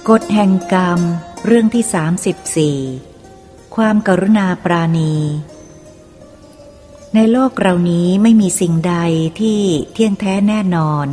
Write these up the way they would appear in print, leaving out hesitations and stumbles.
กฎแห่งกรรมเรื่องที่34ความกรุณาปราณีในโลกเรานี้ไม่มีสิ่งใดที่เที่ยงแท้แน่นอน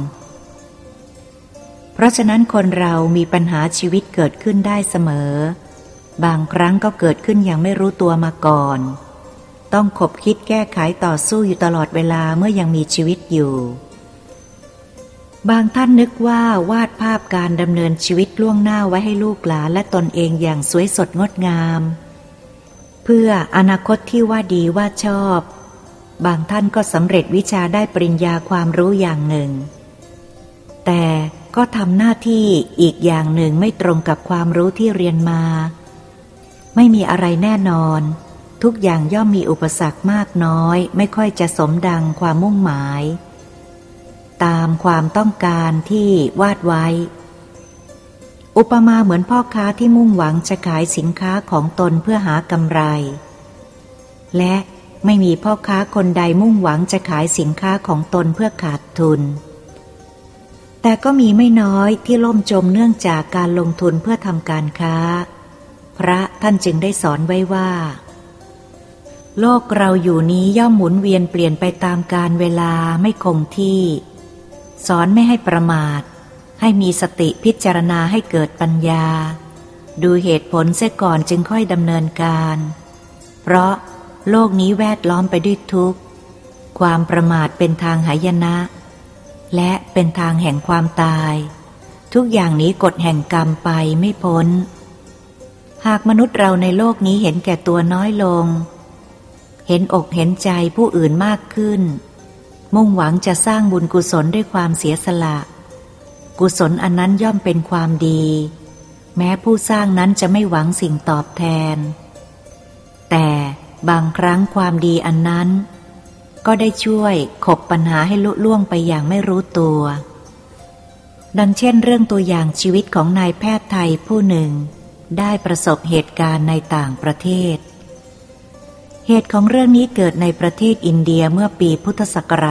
เพราะฉะนั้นคนเรามีปัญหาชีวิตเกิดขึ้นได้เสมอบางครั้งก็เกิดขึ้นอย่างไม่รู้ตัวมาก่อนต้องคบคิดแก้ไขต่อสู้อยู่ตลอดเวลาเมื่อยังมีชีวิตอยู่บางท่านนึกว่าวาดภาพการดำเนินชีวิตล่วงหน้าไว้ให้ลูกหลานและตนเองอย่างสวยสดงดงามเพื่ออนาคตที่ว่าดีว่าชอบบางท่านก็สำเร็จวิชาได้ปริญญาความรู้อย่างหนึ่งแต่ก็ทำหน้าที่อีกอย่างหนึ่งไม่ตรงกับความรู้ที่เรียนมาไม่มีอะไรแน่นอนทุกอย่างย่อมมีอุปสรรคมากน้อยไม่ค่อยจะสมดังความมุ่งหมายตามความต้องการที่วาดไว้อุปมาเหมือนพ่อค้าที่มุ่งหวังจะขายสินค้าของตนเพื่อหากำไรและไม่มีพ่อค้าคนใดมุ่งหวังจะขายสินค้าของตนเพื่อขาดทุนแต่ก็มีไม่น้อยที่ล่มจมเนื่องจากการลงทุนเพื่อทำการค้าพระท่านจึงได้สอนไว้ว่าโลกเราอยู่นี้ย่อมหมุนเวียนเปลี่ยนไปตามกาลเวลาไม่คงที่สอนไม่ให้ประมาทให้มีสติพิจารณาให้เกิดปัญญาดูเหตุผลเสียก่อนจึงค่อยดำเนินการเพราะโลกนี้แวดล้อมไปด้วยทุกข์ความประมาทเป็นทางหายนะและเป็นทางแห่งความตายทุกอย่างนี้กฎแห่งกรรมไปไม่พ้นหากมนุษย์เราในโลกนี้เห็นแก่ตัวน้อยลงเห็นอกเห็นใจผู้อื่นมากขึ้นมุ่งหวังจะสร้างบุญกุศลด้วยความเสียสละกุศลอันนั้นย่อมเป็นความดีแม้ผู้สร้างนั้นจะไม่หวังสิ่งตอบแทนแต่บางครั้งความดีอันนั้นก็ได้ช่วยขบปัญหาให้ลุล่วงไปอย่างไม่รู้ตัวดังเช่นเรื่องตัวอย่างชีวิตของนายแพทย์ไทยผู้หนึ่งได้ประสบเหตุการณ์ในต่างประเทศเหตุของเรื่องนี้เกิดในประเทศอินเดียเมื่อปีพุทธศักราช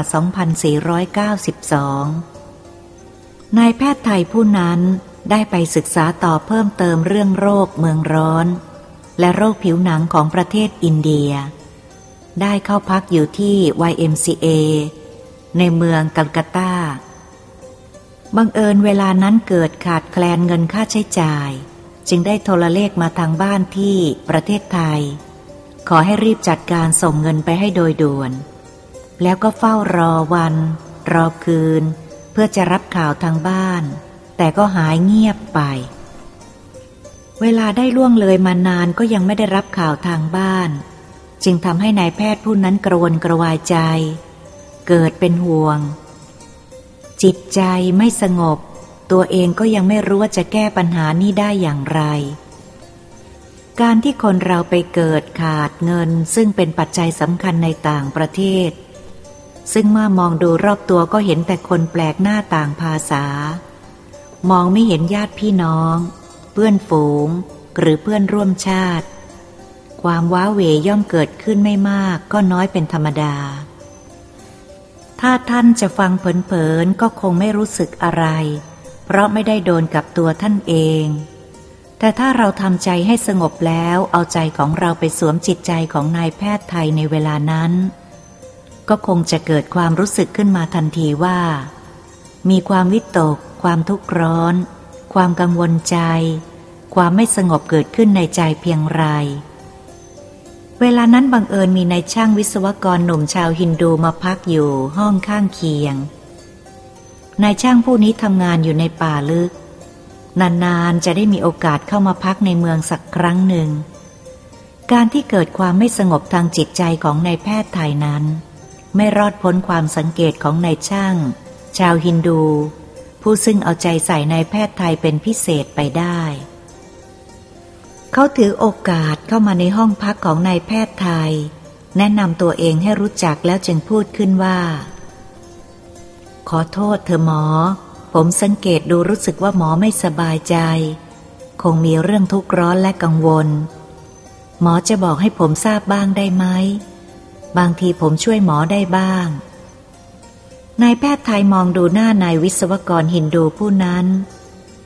2492 นายแพทย์ไทยผู้นั้นได้ไปศึกษาต่อเพิ่มเติมเรื่องโรคเมืองร้อนและโรคผิวหนังของประเทศอินเดียได้เข้าพักอยู่ที่ YMCA ในเมืองกัลกัตตาบังเอิญเวลานั้นเกิดขาดแคลนเงินค่าใช้จ่ายจึงได้โทรเลขมาทางบ้านที่ประเทศไทยขอให้รีบจัดการส่งเงินไปให้โดยด่วนแล้วก็เฝ้ารอวันรอคืนเพื่อจะรับข่าวทางบ้านแต่ก็หายเงียบไปเวลาได้ล่วงเลยมานานก็ยังไม่ได้รับข่าวทางบ้านจึงทำให้นายแพทย์ผู้นั้นกระวนกระวายใจเกิดเป็นห่วงจิตใจไม่สงบตัวเองก็ยังไม่รู้ว่าจะแก้ปัญหานี้ได้อย่างไรการที่คนเราไปเกิดขาดเงินซึ่งเป็นปัจจัยสำคัญในต่างประเทศซึ่งเมื่อมองดูรอบตัวก็เห็นแต่คนแปลกหน้าต่างภาษามองไม่เห็นญาติพี่น้องเพื่อนฝูงหรือเพื่อนร่วมชาติความว้าเหวย่อมเกิดขึ้นไม่มากก็น้อยเป็นธรรมดาถ้าท่านจะฟังเผลอๆก็คงไม่รู้สึกอะไรเพราะไม่ได้โดนกับตัวท่านเองแต่ถ้าเราทำใจให้สงบแล้วเอาใจของเราไปสวมจิตใจของนายแพทย์ไทยในเวลานั้นก็คงจะเกิดความรู้สึกขึ้นมาทันทีว่ามีความวิตกความทุกข์ร้อนความกังวลใจความไม่สงบเกิดขึ้นในใจเพียงไรเวลานั้นบังเอิญมีนายช่างวิศวกรหนุ่มชาวฮินดูมาพักอยู่ห้องข้างเคียงนายช่างผู้นี้ทำงานอยู่ในป่าลึกนานๆจะได้มีโอกาสเข้ามาพักในเมืองสักครั้งหนึ่งการที่เกิดความไม่สงบทางจิตใจของนายแพทย์ไทยนั้นไม่รอดพ้นความสังเกตของนายช่างชาวฮินดูผู้ซึ่งเอาใจใส่นายแพทย์ไทยเป็นพิเศษไปได้เขาถือโอกาสเข้ามาในห้องพักของนายแพทย์ไทยแนะนำตัวเองให้รู้จักแล้วจึงพูดขึ้นว่าขอโทษเธอหมอผมสังเกตดูรู้สึกว่าหมอไม่สบายใจคงมีเรื่องทุกข์ร้อนและกังวลหมอจะบอกให้ผมทราบบ้างได้ไหมบางทีผมช่วยหมอได้บ้างนายแพทย์ไทยมองดูหน้านายวิศวกรฮินดูผู้นั้น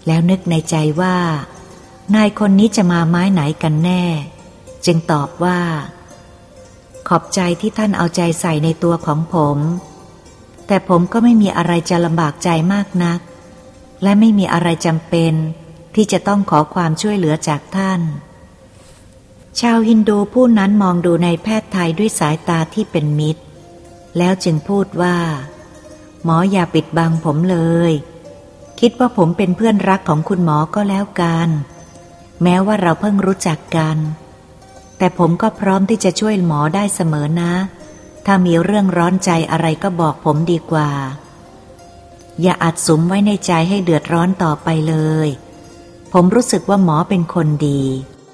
แล้วนึกในใจว่านายคนนี้จะมาไม้ไหนกันแน่จึงตอบว่าขอบใจที่ท่านเอาใจใส่ในตัวของผมแต่ผมก็ไม่มีอะไรจะลำบากใจมากนักและไม่มีอะไรจำเป็นที่จะต้องขอความช่วยเหลือจากท่านชาวฮินดูผู้นั้นมองดูนายแพทย์ไทยด้วยสายตาที่เป็นมิตรแล้วจึงพูดว่าหมออย่าปิดบังผมเลยคิดว่าผมเป็นเพื่อนรักของคุณหมอก็แล้วกันแม้ว่าเราเพิ่งรู้จักกันแต่ผมก็พร้อมที่จะช่วยหมอได้เสมอนะถ้ามีเรื่องร้อนใจอะไรก็บอกผมดีกว่าอย่าอัดสุมไว้ในใจให้เดือดร้อนต่อไปเลยผมรู้สึกว่าหมอเป็นคนดี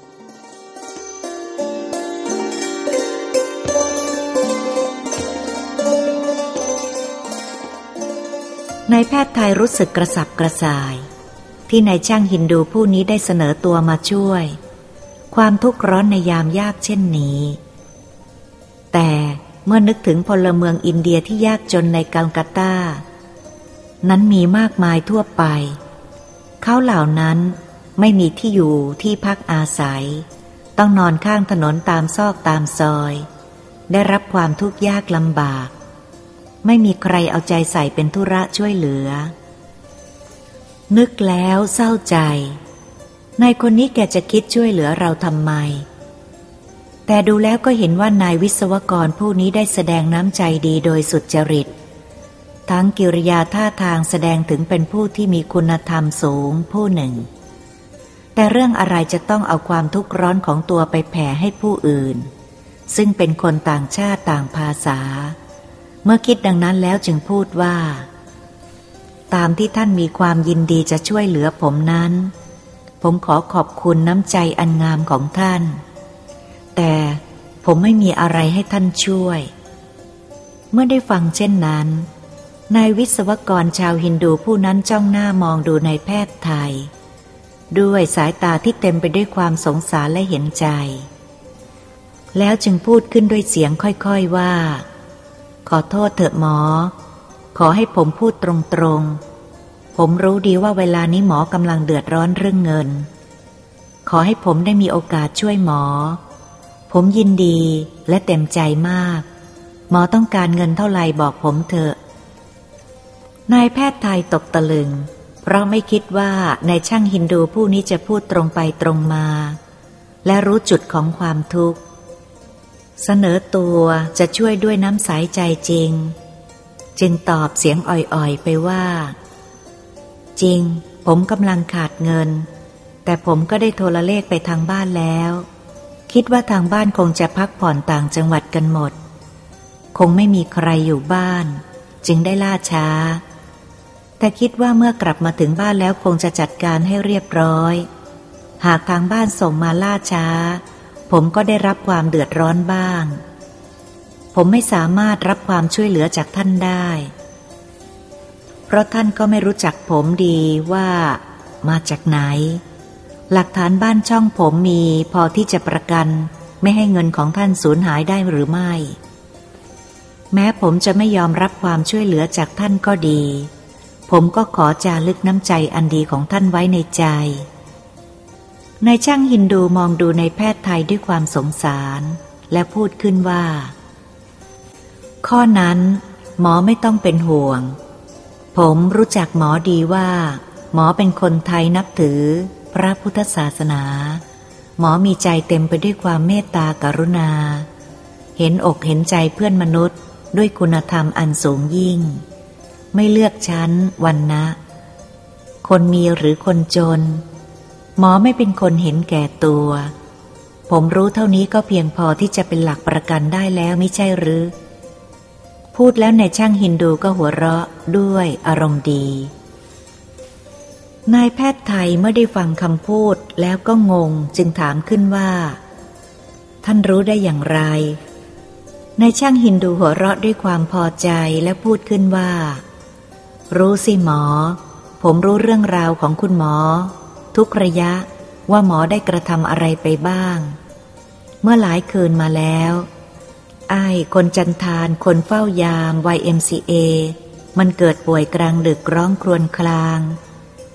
นายแพทย์ไทยรู้สึกกระสับกระส่ายที่นายช่างฮินดูผู้นี้ได้เสนอตัวมาช่วยความทุกข์ร้อนในยามยากเช่นนี้แต่เมื่อนึกถึงพลเมืองอินเดียที่ยากจนในกัลกัตตานั้นมีมากมายทั่วไปเขาเหล่านั้นไม่มีที่อยู่ที่พักอาศัยต้องนอนข้างถนนตามซอกตามซอยได้รับความทุกข์ยากลำบากไม่มีใครเอาใจใส่เป็นธุระช่วยเหลือนึกแล้วเศร้าใจนายคนนี้แกจะคิดช่วยเหลือเราทำไมแต่ดูแล้วก็เห็นว่านายวิศวกรผู้นี้ได้แสดงน้ำใจดีโดยสุจริตทั้งกิริยาท่าทางแสดงถึงเป็นผู้ที่มีคุณธรรมสูงผู้หนึ่งแต่เรื่องอะไรจะต้องเอาความทุกข์ร้อนของตัวไปแผ่ให้ผู้อื่นซึ่งเป็นคนต่างชาติต่างภาษาเมื่อคิดดังนั้นแล้วจึงพูดว่าตามที่ท่านมีความยินดีจะช่วยเหลือผมนั้นผมขอขอบคุณน้ำใจอันงามของท่านแต่ผมไม่มีอะไรให้ท่านช่วยเมื่อได้ฟังเช่นนั้นนายวิศวกรชาวฮินดูผู้นั้นจ้องหน้ามองดูนายแพทย์ไทยด้วยสายตาที่เต็มไปด้วยความสงสารและเห็นใจแล้วจึงพูดขึ้นด้วยเสียงค่อยๆว่าขอโทษเถอะหมอขอให้ผมพูดตรงๆผมรู้ดีว่าเวลานี้หมอกำลังเดือดร้อนเรื่องเงินขอให้ผมได้มีโอกาสช่วยหมอผมยินดีและเต็มใจมากหมอต้องการเงินเท่าไหร่บอกผมเถอะนายแพทย์ไทยตกตะลึงเพราะไม่คิดว่านายช่างฮินดูผู้นี้จะพูดตรงไปตรงมาและรู้จุดของความทุกข์เสนอตัวจะช่วยด้วยน้ำใสใจจริงจึงตอบเสียงอ่อยๆไปว่าจริงผมกำลังขาดเงินแต่ผมก็ได้โทรเลขไปทางบ้านแล้วคิดว่าทางบ้านคงจะพักผ่อนต่างจังหวัดกันหมดคงไม่มีใครอยู่บ้านจึงได้ล่าช้าแต่คิดว่าเมื่อกลับมาถึงบ้านแล้วคงจะจัดการให้เรียบร้อยหากทางบ้านส่งมาล่าช้าผมก็ได้รับความเดือดร้อนบ้างผมไม่สามารถรับความช่วยเหลือจากท่านได้เพราะท่านก็ไม่รู้จักผมดีว่ามาจากไหนหลักฐานบ้านช่องผมมีพอที่จะประกันไม่ให้เงินของท่านสูญหายได้หรือไม่แม้ผมจะไม่ยอมรับความช่วยเหลือจากท่านก็ดีผมก็ขอจารึกน้ำใจอันดีของท่านไว้ในใจนายช่างฮินดูมองดูนายแพทย์ไทยด้วยความสงสารและพูดขึ้นว่าข้อนั้นหมอไม่ต้องเป็นห่วงผมรู้จักหมอดีว่าหมอเป็นคนไทยนับถือพระพุทธศาสนาหมอมีใจเต็มไปด้วยความเมตตากรุณาเห็นอกเห็นใจเพื่อนมนุษย์ด้วยคุณธรรมอันสูงยิ่งไม่เลือกชั้นวรรณะคนมีหรือคนจนหมอไม่เป็นคนเห็นแก่ตัวผมรู้เท่านี้ก็เพียงพอที่จะเป็นหลักประกันได้แล้วไม่ใช่หรือพูดแล้วนายช่างฮินดูก็หัวเราะด้วยอารมณ์ดีนายแพทย์ไทยเมื่อได้ฟังคำพูดแล้วก็งงจึงถามขึ้นว่าท่านรู้ได้อย่างไรนายช่างฮินดูหัวเราะด้วยความพอใจและพูดขึ้นว่ารู้สิหมอผมรู้เรื่องราวของคุณหมอทุกระยะว่าหมอได้กระทำอะไรไปบ้างเมื่อหลายคืนมาแล้วคนจันทานคนเฝ้ายาม YMCA มันเกิดป่วยกลางดึกร้องครวญคราง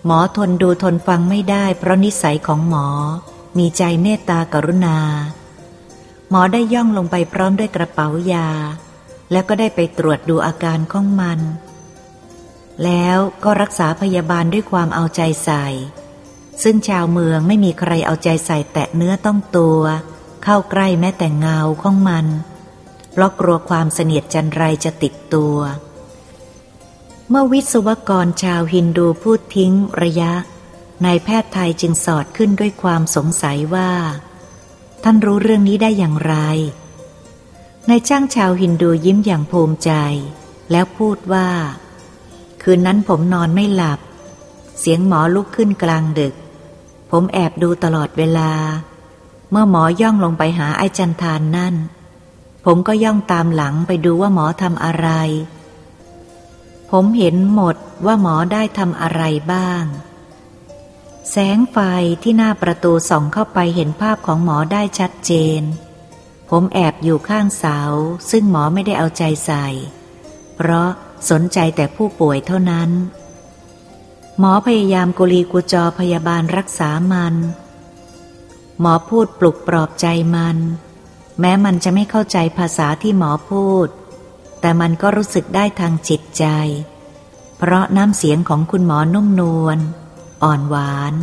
หมอทนดูทนฟังไม่ได้เพราะนิสัยของหมอมีใจเมตตากรุณาหมอได้ย่องลงไปพร้อมด้วยกระเป๋ายาแล้วก็ได้ไปตรวจดูอาการของมันแล้วก็รักษาพยาบาลด้วยความเอาใจใส่ซึ่งชาวเมืองไม่มีใครเอาใจใส่แตะเนื้อต้องตัวเข้าใกล้แม้แต่เงาของมันเพราะกลัวความเสนียดจันไรจะติดตัวเมื่อวิศวกรชาวฮินดูพูดทิ้งระยะนายแพทย์ไทยจึงสอดขึ้นด้วยความสงสัยว่าท่านรู้เรื่องนี้ได้อย่างไรนายช่างชาวฮินดูยิ้มอย่างภูมิใจแล้วพูดว่าคืนนั้นผมนอนไม่หลับเสียงหมอลุกขึ้นกลางดึกผมแอบดูตลอดเวลาเมื่อหมอย่องลงไปหาไอ้จันทานนั่นผมก็ย่องตามหลังไปดูว่าหมอทำอะไรผมเห็นหมดว่าหมอได้ทำอะไรบ้างแสงไฟที่หน้าประตูส่องเข้าไปเห็นภาพของหมอได้ชัดเจนผมแอบอยู่ข้างเสาซึ่งหมอไม่ได้เอาใจใส่เพราะสนใจแต่ผู้ป่วยเท่านั้นหมอพยายามกุลีกุจอพยาบาลรักษามันหมอพูดปลุกปลอบใจมันแม้มันจะไม่เข้าใจภาษาที่หมอพูดแต่มันก็รู้สึกได้ทางจิตใจเพราะน้ำเสียงของคุณหมอนุ่มนวลอ่อนหวาน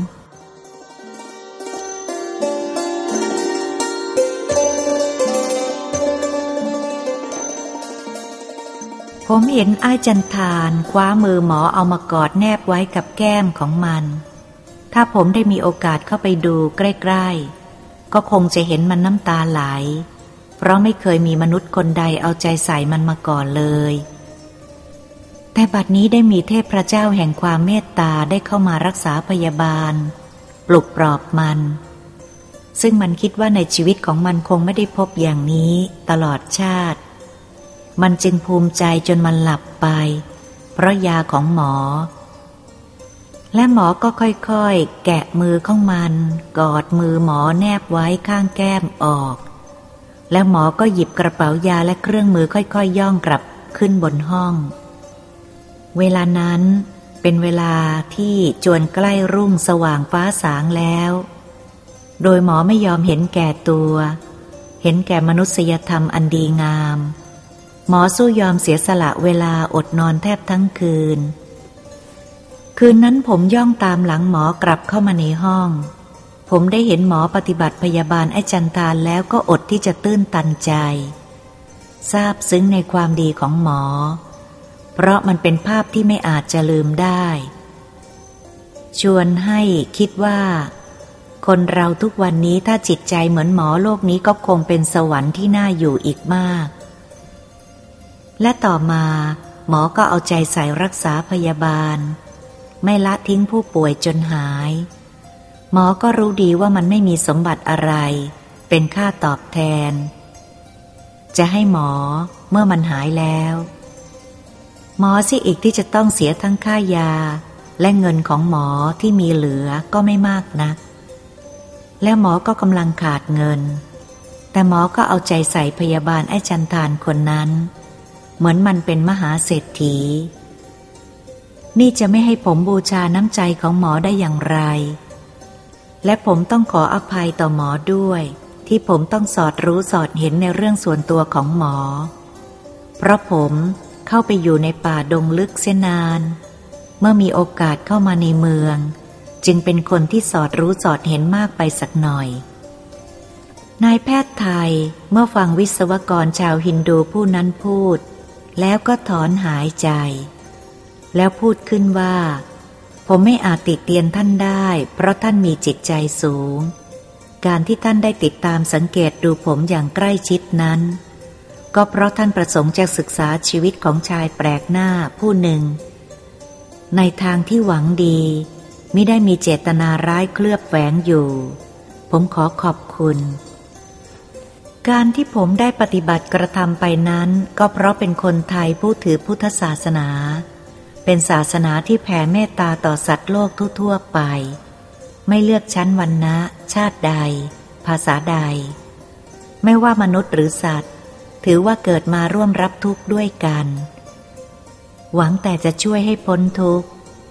ผมเห็นอ้ายจันทานคว้ามือหมอเอามากอดแนบไว้กับแก้มของมันถ้าผมได้มีโอกาสเข้าไปดูใกล้ๆก็คงจะเห็นมันน้ำตาไหลเพราะไม่เคยมีมนุษย์คนใดเอาใจใส่มันมาก่อนเลยแต่บัดนี้ได้มีเทพเจ้าแห่งความเมตตาได้เข้ามารักษาพยาบาลปลุกปลอบมันซึ่งมันคิดว่าในชีวิตของมันคงไม่ได้พบอย่างนี้ตลอดชาติมันจึงภูมิใจจนมันหลับไปเพราะยาของหมอและหมอก็ค่อยๆแกะมือของมันกอดมือหมอแนบไว้ข้างแก้มออกแล้วหมอก็หยิบกระเป๋ายาและเครื่องมือค่อยๆย่องกลับขึ้นบนห้องเวลานั้นเป็นเวลาที่จวนใกล้รุ่งสว่างฟ้าสางแล้วโดยหมอไม่ยอมเห็นแก่ตัวเห็นแก่มนุษยธรรมอันดีงามหมอสู้ยอมเสียสละเวลาอดนอนแทบทั้งคืนนั้นผมย่องตามหลังหมอกลับเข้ามาในห้องผมได้เห็นหมอปฏิบัติพยาบาลไอ้จันทานแล้วก็อดที่จะตื้นตันใจซาบซึ้งในความดีของหมอเพราะมันเป็นภาพที่ไม่อาจจะลืมได้ชวนให้คิดว่าคนเราทุกวันนี้ถ้าจิตใจเหมือนหมอโลกนี้ก็คงเป็นสวรรค์ที่น่าอยู่อีกมากและต่อมาหมอก็เอาใจใส่รักษาพยาบาลไม่ละทิ้งผู้ป่วยจนหายหมอก็รู้ดีว่ามันไม่มีสมบัติอะไรเป็นค่าตอบแทนจะให้หมอเมื่อมันหายแล้วหมอสิอีกที่จะต้องเสียทั้งค่ายาและเงินของหมอที่มีเหลือก็ไม่มากนักและหมอก็กำลังขาดเงินแต่หมอก็เอาใจใส่พยาบาลไอ้จันทานคนนั้นเหมือนมันเป็นมหาเศรษฐีนี่จะไม่ให้ผมบูชาน้ำใจของหมอได้อย่างไรและผมต้องขออภัยต่อหมอด้วยที่ผมต้องสอดรู้สอดเห็นในเรื่องส่วนตัวของหมอเพราะผมเข้าไปอยู่ในป่าดงลึกเสียนานเมื่อมีโอกาสเข้ามาในเมืองจึงเป็นคนที่สอดรู้สอดเห็นมากไปสักหน่อยนายแพทย์ไทยเมื่อฟังวิศวกรชาวฮินดูผู้นั้นพูดแล้วก็ถอนหายใจแล้วพูดขึ้นว่าผมไม่อาจติเตียนท่านได้เพราะท่านมีจิตใจสูงการที่ท่านได้ติดตามสังเกตดูผมอย่างใกล้ชิดนั้นก็เพราะท่านประสงค์จะศึกษาชีวิตของชายแปลกหน้าผู้หนึ่งในทางที่หวังดีมิได้มีเจตนาร้ายเคลือบแฝงอยู่ผมขอขอบคุณการที่ผมได้ปฏิบัติกระทำไปนั้นก็เพราะเป็นคนไทยผู้ถือพุทธศาสนาเป็นศาสนาที่แผ่เมตตาต่อสัตว์โลกทั่วๆไปไม่เลือกชั้นวรรณะชาติใดภาษาใดไม่ว่ามนุษย์หรือสัตว์ถือว่าเกิดมาร่วมรับทุกข์ด้วยกันหวังแต่จะช่วยให้พ้นทุกข์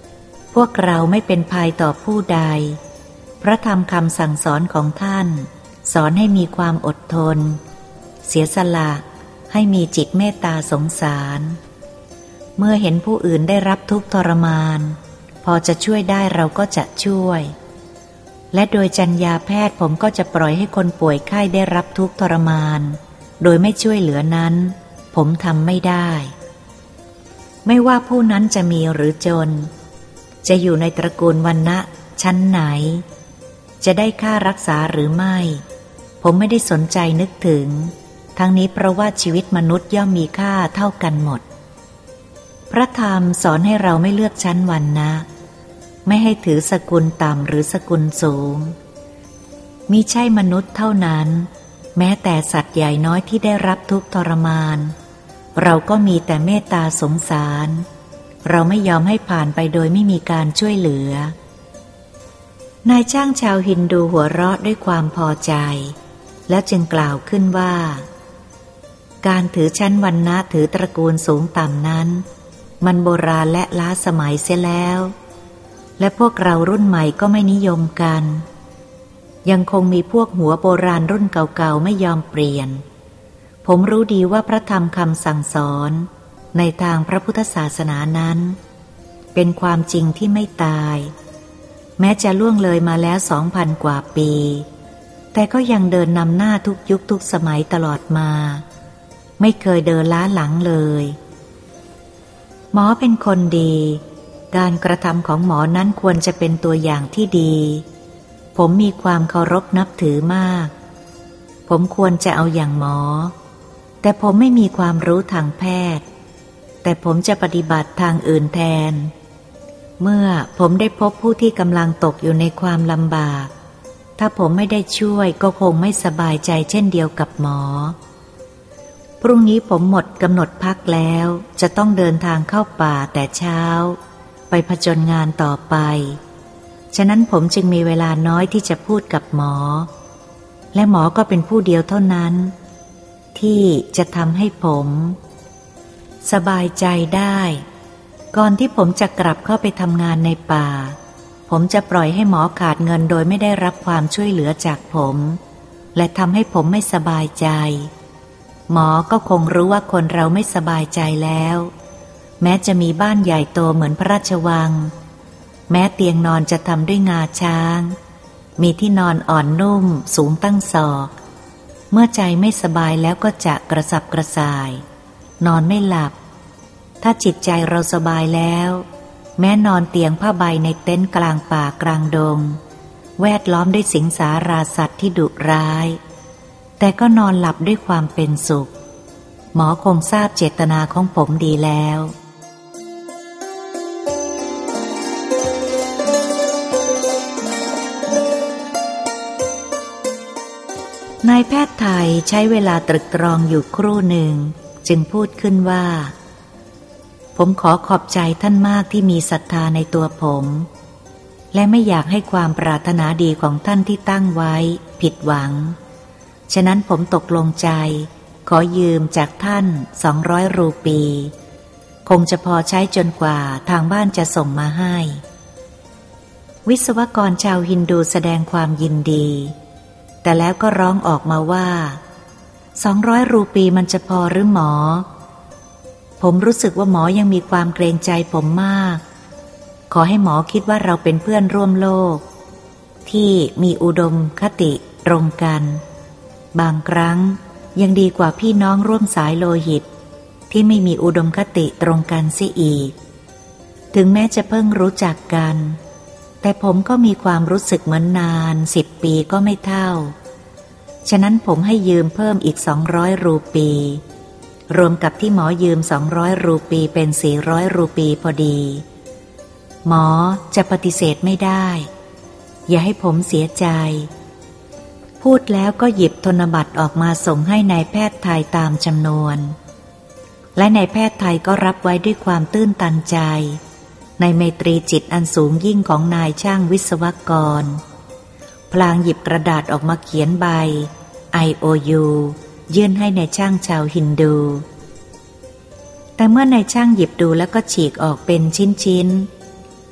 พวกเราไม่เป็นภัยต่อผู้ใดพระธรรมคำสั่งสอนของท่านสอนให้มีความอดทนเสียสละให้มีจิตเมตตาสงสารเมื่อเห็นผู้อื่นได้รับทุกข์ทรมานพอจะช่วยได้เราก็จะช่วยและโดยจรรยาแพทย์ผมก็จะปล่อยให้คนป่วยไข้ได้รับทุกข์ทรมานโดยไม่ช่วยเหลือนั้นผมทำไม่ได้ไม่ว่าผู้นั้นจะมีหรือจนจะอยู่ในตระกูลวรรณะชั้นไหนจะได้ค่ารักษาหรือไม่ผมไม่ได้สนใจนึกถึงทั้งนี้เพราะว่าชีวิตมนุษย์ย่อมมีค่าเท่ากันหมดพระธรรมสอนให้เราไม่เลือกชั้นวรรณะไม่ให้ถือสกุลต่ำหรือสกุลสูงมิใช่มนุษย์เท่านั้นแม้แต่สัตว์ใหญ่น้อยที่ได้รับทุกข์ทรมานเราก็มีแต่เมตตาสงสารเราไม่ยอมให้ผ่านไปโดยไม่มีการช่วยเหลือนายช่างชาวฮินดูหัวเราะด้วยความพอใจแล้วจึงกล่าวขึ้นว่าการถือชั้นวรรณะถือตระกูลสูงต่ำนั้นมันโบราณและล้าสมัยเสียแล้วและพวกเรารุ่นใหม่ก็ไม่นิยมกันยังคงมีพวกหัวโบราณรุ่นเก่าๆไม่ยอมเปลี่ยนผมรู้ดีว่าพระธรรมคำสั่งสอนในทางพระพุทธศาสนานั้นเป็นความจริงที่ไม่ตายแม้จะล่วงเลยมาแล้ว 2,000 กว่าปีแต่ก็ยังเดินนำหน้าทุกยุคทุกสมัยตลอดมาไม่เคยเดินล้าหลังเลยหมอเป็นคนดีการกระทำของหมอนั้นควรจะเป็นตัวอย่างที่ดีผมมีความเคารพนับถือมากผมควรจะเอาอย่างหมอแต่ผมไม่มีความรู้ทางแพทย์แต่ผมจะปฏิบัติทางอื่นแทนเมื่อผมได้พบผู้ที่กำลังตกอยู่ในความลำบากถ้าผมไม่ได้ช่วยก็คงไม่สบายใจเช่นเดียวกับหมอพรุ่งนี้ผมหมดกำหนดพักแล้วจะต้องเดินทางเข้าป่าแต่เช้าไปผจญงานต่อไปฉะนั้นผมจึงมีเวลาน้อยที่จะพูดกับหมอและหมอก็เป็นผู้เดียวเท่านั้นที่จะทำให้ผมสบายใจได้ก่อนที่ผมจะกลับเข้าไปทำงานในป่าผมจะปล่อยให้หมอขาดเงินโดยไม่ได้รับความช่วยเหลือจากผมและทำให้ผมไม่สบายใจหมอก็คงรู้ว่าคนเราไม่สบายใจแล้วแม้จะมีบ้านใหญ่โตเหมือนพระราชวังแม้เตียงนอนจะทำด้วยงาช้างมีที่นอนอ่อนนุ่มสูงตั้งศอกเมื่อใจไม่สบายแล้วก็จะกระสับกระส่ายนอนไม่หลับถ้าจิตใจเราสบายแล้วแม้นอนเตียงผ้าใบในเต็นท์กลางป่ากลางดงแวดล้อมด้วยสิงสาราสัตว์ที่ดุร้ายแต่ก็นอนหลับด้วยความเป็นสุขหมอคงทราบเจตนาของผมดีแล้วนายแพทย์ไทยใช้เวลาตรึกตรองอยู่ครู่หนึ่งจึงพูดขึ้นว่าผมขอขอบใจท่านมากที่มีศรัทธาในตัวผมและไม่อยากให้ความปรารถนาดีของท่านที่ตั้งไว้ผิดหวังฉะนั้นผมตกลงใจขอยืมจากท่าน200 รูปีคงจะพอใช้จนกว่าทางบ้านจะส่งมาให้วิศวกรชาวฮินดูแสดงความยินดีแต่แล้วก็ร้องออกมาว่า200 รูปีมันจะพอหรือหมอผมรู้สึกว่าหมอยังมีความเกรงใจผมมากขอให้หมอคิดว่าเราเป็นเพื่อนร่วมโลกที่มีอุดมคติตรงกันบางครั้งยังดีกว่าพี่น้องร่วมสายโลหิตที่ไม่มีอุดมคติตรงกันเสียอีกถึงแม้จะเพิ่งรู้จักกันแต่ผมก็มีความรู้สึกเหมือนนาน10 ปีก็ไม่เท่าฉะนั้นผมให้ยืมเพิ่มอีก200 รูปีรวมกับที่หมอยืม200 รูปีเป็น400 รูปีพอดีหมอจะปฏิเสธไม่ได้อย่าให้ผมเสียใจพูดแล้วก็หยิบธนบัตรออกมาส่งให้นายแพทย์ไทยตามจำนวนและนายแพทย์ไทยก็รับไว้ด้วยความตื้นตันใจในไมตรีจิตอันสูงยิ่งของนายช่างวิศวกรพลางหยิบกระดาษออกมาเขียนใบ IOU ยื่นให้นายช่างชาวฮินดูแต่เมื่อนายช่างหยิบดูแล้วก็ฉีกออกเป็นชิ้นๆ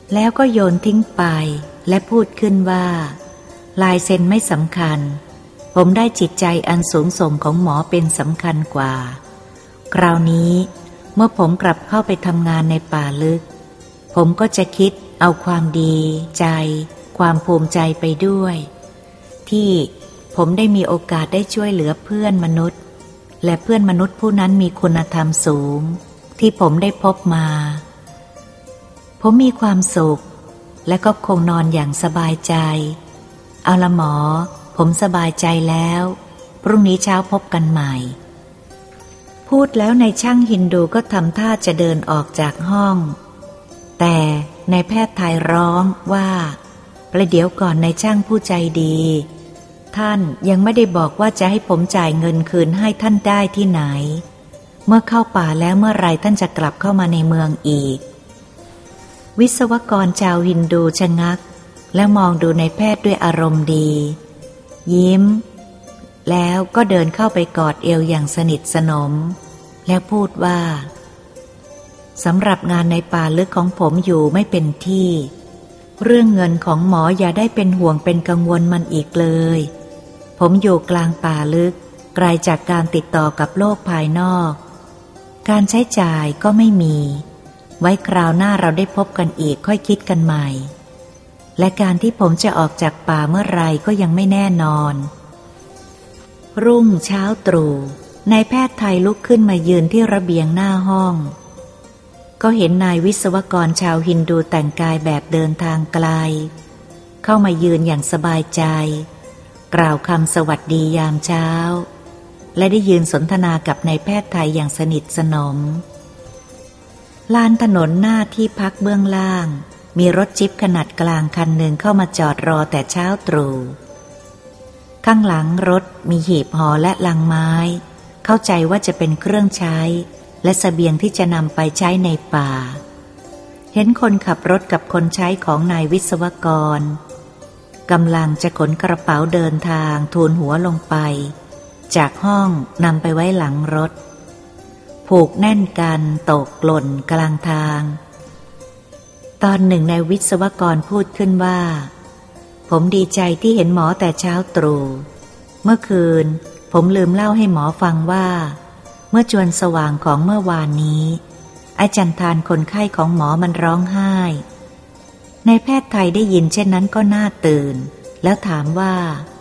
แล้วก็โยนทิ้งไปและพูดขึ้นว่าลายเซ็นไม่สำคัญผมได้จิตใจอันสูงส่งของหมอเป็นสำคัญกว่าคราวนี้เมื่อผมกลับเข้าไปทำงานในป่าลึกผมก็จะคิดเอาความดีใจความภูมิใจไปด้วยที่ผมได้มีโอกาสได้ช่วยเหลือเพื่อนมนุษย์และเพื่อนมนุษย์ผู้นั้นมีคุณธรรมสูงที่ผมได้พบมาผมมีความสุขและก็คงนอนอย่างสบายใจเอาละหมอผมสบายใจแล้วพรุ่งนี้เช้าพบกันใหม่พูดแล้วนายช่างฮินดูก็ทำท่าจะเดินออกจากห้องแต่นายแพทย์ไทยร้องว่าประเดี๋ยวก่อนนายช่างผู้ใจดีท่านยังไม่ได้บอกว่าจะให้ผมจ่ายเงินคืนให้ท่านได้ที่ไหนเมื่อเข้าป่าแล้วเมื่อไรท่านจะกลับเข้ามาในเมืองอีกวิศวกรชาวฮินดูชะงักและมองดูนายแพทย์ด้วยอารมณ์ดียิ้มแล้วก็เดินเข้าไปกอดเอวอย่างสนิทสนมแล้วพูดว่าสำหรับงานในป่าลึกของผมอยู่ไม่เป็นที่เรื่องเงินของหมออย่าได้เป็นห่วงเป็นกังวลมันอีกเลยผมอยู่กลางป่าลึกไกลจากการติดต่อกับโลกภายนอกการใช้จ่ายก็ไม่มีไว้คราวหน้าเราได้พบกันอีกค่อยคิดกันใหม่และการที่ผมจะออกจากป่าเมื่อไรก็ยังไม่แน่นอนรุ่งเช้าตรู่นายแพทย์ไทยลุกขึ้นมายืนที่ระเบียงหน้าห้องก็เห็นนายวิศวกรชาวฮินดูแต่งกายแบบเดินทางไกลเข้ามายืนอย่างสบายใจกล่าวคำสวัสดียามเช้าและได้ยืนสนทนากับนายแพทย์ไทยอย่างสนิทสนมลานถนนหน้าที่พักเบื้องล่างมีรถจิ๊ปขนาดกลางคันหนึ่งเข้ามาจอดรอแต่เช้าตรู่ข้างหลังรถมีหีบห่อและลังไม้เข้าใจว่าจะเป็นเครื่องใช้และเสบียงที่จะนำไปใช้ในป่าเห็นคนขับรถกับคนใช้ของนายวิศวกรกำลังจะขนกระเป๋าเดินทางทูลหัวลงไปจากห้องนำไปไว้หลังรถผูกแน่นกันตกหล่นกลางทางตอนหนึ่งนายวิศวกรพูดขึ้นว่าผมดีใจที่เห็นหมอแต่เช้าตรู่เมื่อคืนผมลืมเล่าให้หมอฟังว่าเมื่อจวนสว่างของเมื่อวานนี้ไอ้จันทานคนไข้ของหมอมันร้องไห้นายแพทย์ไทยได้ยินเช่นนั้นก็น่าตื่นแล้วถามว่า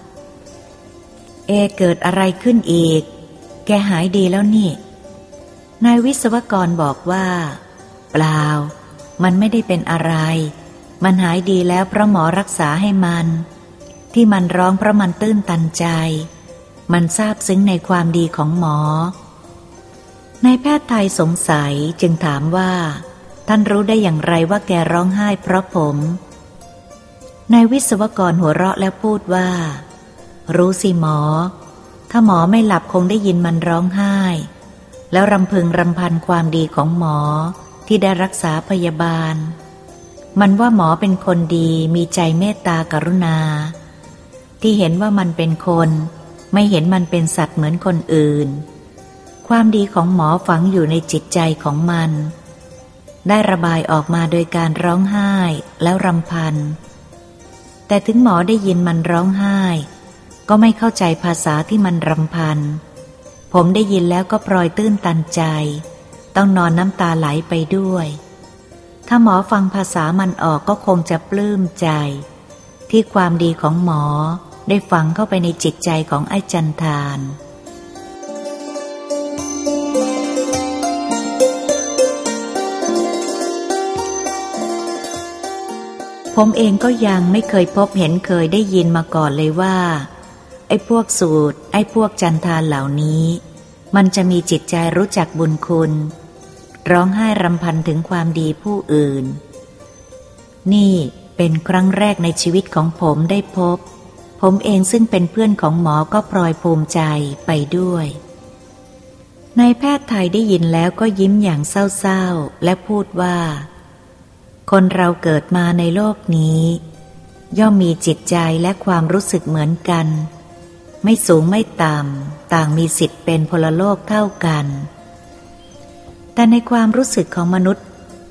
เกิดอะไรขึ้นอีกแกหายดีแล้วนี่นายวิศวกรบอกว่าเปล่ามันไม่ได้เป็นอะไรมันหายดีแล้วเพราะหมอรักษาให้มันที่มันร้องเพราะมันตื้นตันใจมันซาบซึ้งในความดีของหมอนายแพทย์ไทยสงสัยจึงถามว่าท่านรู้ได้อย่างไรว่าแกร้องไห้เพราะผมนายวิศวกรหัวเราะแล้วพูดว่ารู้สิหมอถ้าหมอไม่หลับคงได้ยินมันร้องไห้แล้วรำพึงรำพันความดีของหมอที่ได้รักษาพยาบาลมันว่าหมอเป็นคนดีมีใจเมตตากรุณาที่เห็นว่ามันเป็นคนไม่เห็นมันเป็นสัตว์เหมือนคนอื่นความดีของหมอฝังอยู่ในจิตใจของมันได้ระบายออกมาโดยการร้องไห้แล้วรำพันแต่ถึงหมอได้ยินมันร้องไห้ก็ไม่เข้าใจภาษาที่มันรำพันผมได้ยินแล้วก็พลอยตื้นตันใจต้องนอนน้ำตาไหลไปด้วยถ้าหมอฟังภาษามันออกก็คงจะปลื้มใจที่ความดีของหมอได้ฝังเข้าไปในจิตใจของไอ้จันทานผมเองก็ยังไม่เคยพบเห็นเคยได้ยินมาก่อนเลยว่าไอ้พวกสูตรไอ้พวกจันทานเหล่านี้มันจะมีจิตใจรู้จักบุญคุณร้องไห้รำพันถึงความดีผู้อื่นนี่เป็นครั้งแรกในชีวิตของผมได้พบผมเองซึ่งเป็นเพื่อนของหมอก็พลอยภูมิใจไปด้วยนายแพทย์ไทยได้ยินแล้วก็ยิ้มอย่างเศร้าๆและพูดว่าคนเราเกิดมาในโลกนี้ย่อมมีจิตใจและความรู้สึกเหมือนกันไม่สูงไม่ต่ำต่างมีสิทธิ์เป็นพลโลกเท่ากันแต่ในความรู้สึกของมนุษย์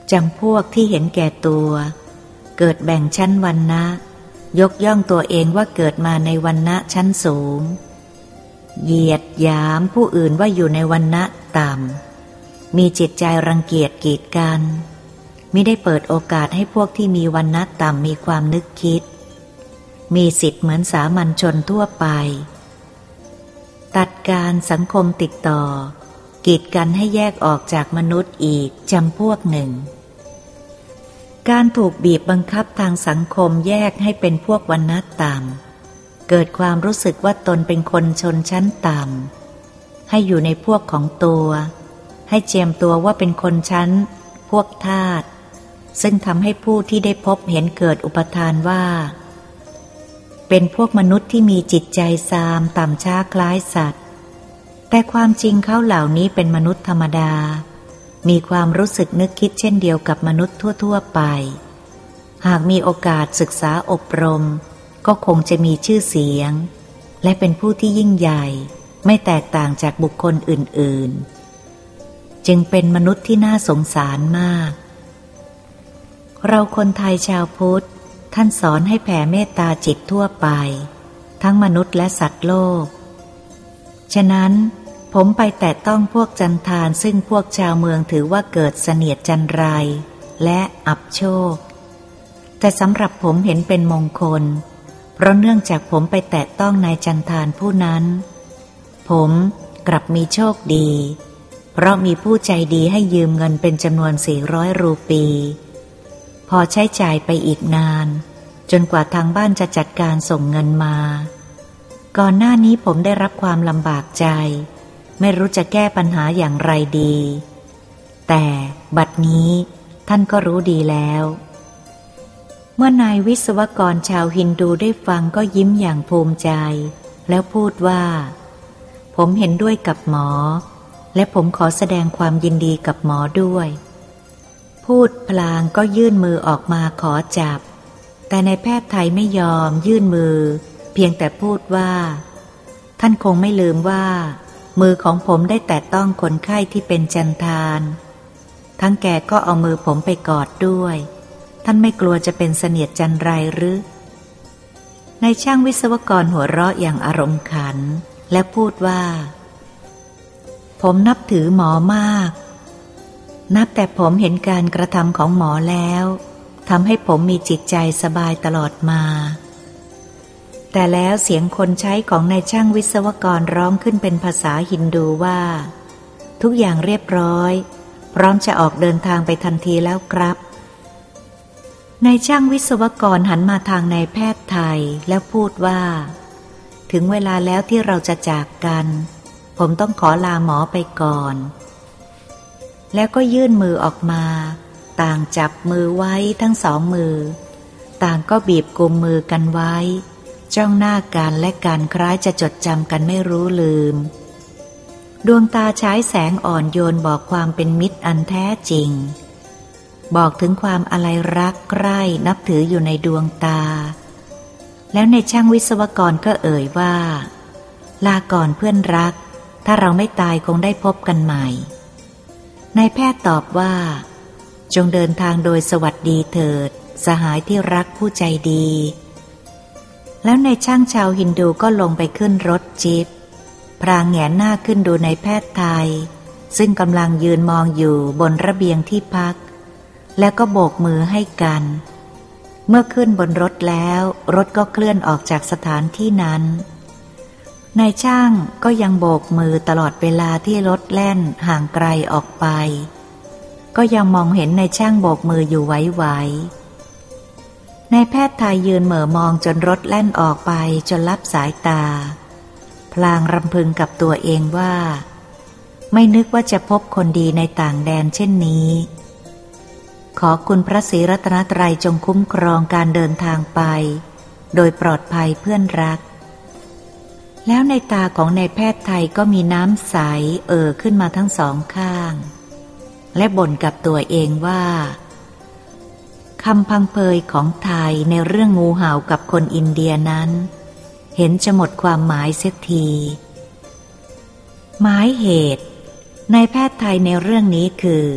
จำพวกที่เห็นแก่ตัวเกิดแบ่งชั้นวรรณะยกย่องตัวเองว่าเกิดมาในวรรณะชั้นสูงเหยียดหยามผู้อื่นว่าอยู่ในวรรณะต่ำมีจิตใจรังเกียจกีดกันมิได้เปิดโอกาสให้พวกที่มีวรรณะต่ำมีความนึกคิดมีสิทธิ์เหมือนสามัญชนทั่วไปตัดการสังคมติดต่อกีดกันให้แยกออกจากมนุษย์อีกจำพวกหนึ่งการถูกบีบบังคับทางสังคมแยกให้เป็นพวกวรรณะต่ำเกิดความรู้สึกว่าตนเป็นคนชนชั้นต่ำให้อยู่ในพวกของตัวให้เจียมตัวว่าเป็นคนชั้นพวกทาสซึ่งทำให้ผู้ที่ได้พบเห็นเกิดอุปทานว่าเป็นพวกมนุษย์ที่มีจิตใจซามต่ำช้าคล้ายสัตว์แต่ความจริงเขาเหล่านี้เป็นมนุษย์ธรรมดามีความรู้สึกนึกคิดเช่นเดียวกับมนุษย์ทั่วๆไปหากมีโอกาสศึกษาอบรมก็คงจะมีชื่อเสียงและเป็นผู้ที่ยิ่งใหญ่ไม่แตกต่างจากบุคคลอื่นๆจึงเป็นมนุษย์ที่น่าสงสารมากเราคนไทยชาวพุทธท่านสอนให้แผ่เมตตาจิตทั่วไปทั้งมนุษย์และสัตว์โลกฉะนั้นผมไปแตะต้องพวกจันทานซึ่งพวกชาวเมืองถือว่าเกิดเสนียดจันไรและอับโชคแต่สำหรับผมเห็นเป็นมงคลเพราะเนื่องจากผมไปแตะต้องนายจันทานผู้นั้นผมกลับมีโชคดีเพราะมีผู้ใจดีให้ยืมเงินเป็นจำนวน400 รูปีพอใช้จ่ายไปอีกนานจนกว่าทางบ้านจะจัดการส่งเงินมาก่อนหน้านี้ผมได้รับความลำบากใจไม่รู้จะแก้ปัญหาอย่างไรดีแต่บัดนี้ท่านก็รู้ดีแล้วเมื่อนายวิศวกรชาวฮินดูได้ฟังก็ยิ้มอย่างภูมิใจแล้วพูดว่าผมเห็นด้วยกับหมอและผมขอแสดงความยินดีกับหมอด้วยพูดพลางก็ยื่นมือออกมาขอจับแต่นายแพทย์ไทยไม่ยอมยื่นมือเพียงแต่พูดว่าท่านคงไม่ลืมว่ามือของผมได้แตะต้องคนไข้ที่เป็นจันทานทั้งแกก็เอามือผมไปกอดด้วยท่านไม่กลัวจะเป็นเสนียดจันไรหรือนายช่างวิศวกรหัวเราะอย่างอารมณ์ขันและพูดว่าผมนับถือหมอมากนับแต่ผมเห็นการกระทำของหมอแล้วทำให้ผมมีจิตใจสบายตลอดมาแต่แล้วเสียงคนใช้ของนายช่างวิศวกรร้องขึ้นเป็นภาษาฮินดูว่าทุกอย่างเรียบร้อยพร้อมจะออกเดินทางไปทันทีแล้วครับนายช่างวิศวกรหันมาทางนายแพทย์ไทยแล้วพูดว่าถึงเวลาแล้วที่เราจะจากกันผมต้องขอลาหมอไปก่อนแล้วก็ยื่นมือออกมาต่างจับมือไว้ทั้งสองมือต่างก็บีบกุมมือกันไว้จ้องหน้ากันและกันคล้ายจะจดจำกันไม่รู้ลืมดวงตาฉายแสงอ่อนโยนบอกความเป็นมิตรอันแท้จริงบอกถึงความอะไรรักใคร่นับถืออยู่ในดวงตาแล้วในช่างวิศวกรก็เอ่ยว่าลาก่อนเพื่อนรักถ้าเราไม่ตายคงได้พบกันใหม่นายแพทย์ตอบว่าจงเดินทางโดยสวัสดีเถิดสหายที่รักผู้ใจดีแล้วนายช่างชาวฮินดูก็ลงไปขึ้นรถจี๊ปพรางแหงนหน้าขึ้นดูนายแพทย์ไทยซึ่งกำลังยืนมองอยู่บนระเบียงที่พักแล้วก็โบกมือให้กันเมื่อขึ้นบนรถแล้วรถก็เคลื่อนออกจากสถานที่นั้นนายช่างก็ยังโบกมือตลอดเวลาที่รถแล่นห่างไกลออกไปก็ยังมองเห็นนายช่างโบกมืออยู่ไหวๆนายแพทย์ไทยยืนเหม่อมองจนรถแล่นออกไปจนลับสายตาพลางรำพึงกับตัวเองว่าไม่นึกว่าจะพบคนดีในต่างแดนเช่นนี้ขอคุณพระศรีรัตนตรัยจงคุ้มครองการเดินทางไปโดยปลอดภัยเพื่อนรักแล้วในตาของนายแพทย์ไทยก็มีน้ำใสขึ้นมาทั้งสองข้างและบ่นกับตัวเองว่าคำพังเพยของไทยในเรื่องงูเห่ากับคนอินเดียนั้นเห็นจะหมดความหมายเสียทีหมายเหตุนายแพทย์ไทยในเรื่องนี้คือ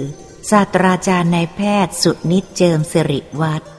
ศาสตราจารย์นายแพทย์สุนิจเจิมสิริวัฒน์